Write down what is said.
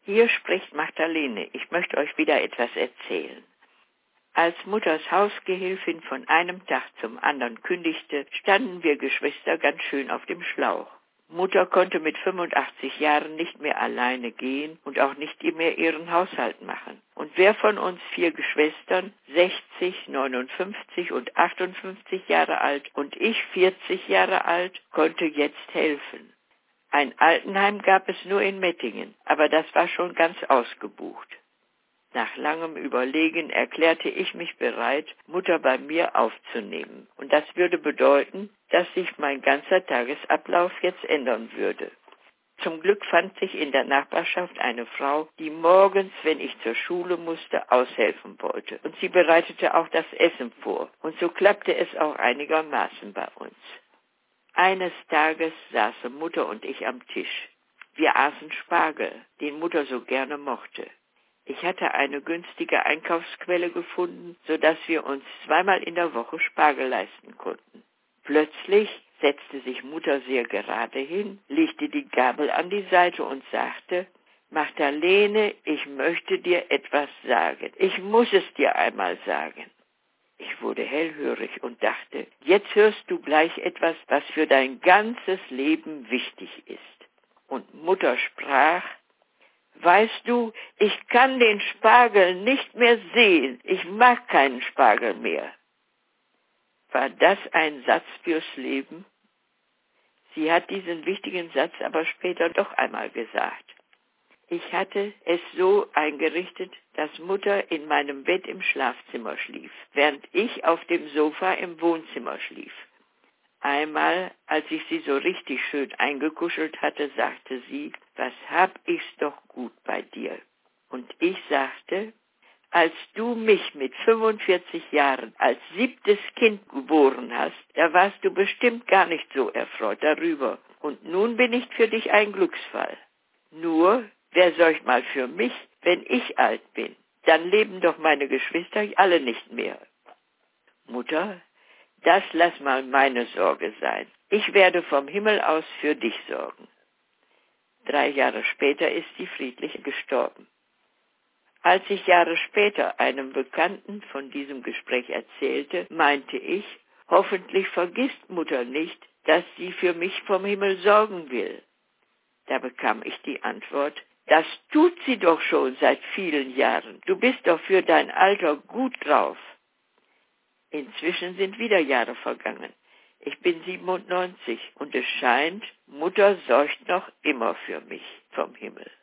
Hier spricht Magdalene. Ich möchte euch wieder etwas erzählen. Als Mutters Hausgehilfin von einem Tag zum anderen kündigte, standen wir Geschwister ganz schön auf dem Schlauch. Mutter konnte mit 85 Jahren nicht mehr alleine gehen und auch nicht mehr ihren Haushalt machen. Und wer von uns 4 Geschwistern, 60, 59 und 58 Jahre alt und ich 40 Jahre alt, konnte jetzt helfen? Ein Altenheim gab es nur in Mettingen, aber das war schon ganz ausgebucht. Nach langem Überlegen erklärte ich mich bereit, Mutter bei mir aufzunehmen. Und das würde bedeuten, dass sich mein ganzer Tagesablauf jetzt ändern würde. Zum Glück fand sich in der Nachbarschaft eine Frau, die morgens, wenn ich zur Schule musste, aushelfen wollte. Und sie bereitete auch das Essen vor. Und so klappte es auch einigermaßen bei uns. Eines Tages saßen Mutter und ich am Tisch. Wir aßen Spargel, den Mutter so gerne mochte. Ich hatte eine günstige Einkaufsquelle gefunden, sodass wir uns 2-mal in der Woche Spargel leisten konnten. Plötzlich setzte sich Mutter sehr gerade hin, legte die Gabel an die Seite und sagte: Magdalene, ich möchte dir etwas sagen. Ich muss es dir einmal sagen. Ich wurde hellhörig und dachte, jetzt hörst du gleich etwas, was für dein ganzes Leben wichtig ist. Und Mutter sprach: Weißt du, ich kann den Spargel nicht mehr sehen. Ich mag keinen Spargel mehr. War das ein Satz fürs Leben? Sie hat diesen wichtigen Satz aber später doch einmal gesagt. Ich hatte es so eingerichtet, dass Mutter in meinem Bett im Schlafzimmer schlief, während ich auf dem Sofa im Wohnzimmer schlief. Einmal, als ich sie so richtig schön eingekuschelt hatte, sagte sie: Was hab ich's doch gut bei dir. Und ich sagte: Als du mich mit 45 Jahren als 7. Kind geboren hast, da warst du bestimmt gar nicht so erfreut darüber. Und nun bin ich für dich ein Glücksfall. Nur, wer sorgt mal für mich, wenn ich alt bin? Dann leben doch meine Geschwister alle nicht mehr. Mutter, das lass mal meine Sorge sein. Ich werde vom Himmel aus für dich sorgen. 3 Jahre später ist sie friedlich gestorben. Als ich Jahre später einem Bekannten von diesem Gespräch erzählte, meinte ich, hoffentlich vergisst Mutter nicht, dass sie für mich vom Himmel sorgen will. Da bekam ich die Antwort: Das tut sie doch schon seit vielen Jahren. Du bist doch für dein Alter gut drauf. Inzwischen sind wieder Jahre vergangen. Ich bin 97 und es scheint, Mutter sorgt noch immer für mich vom Himmel.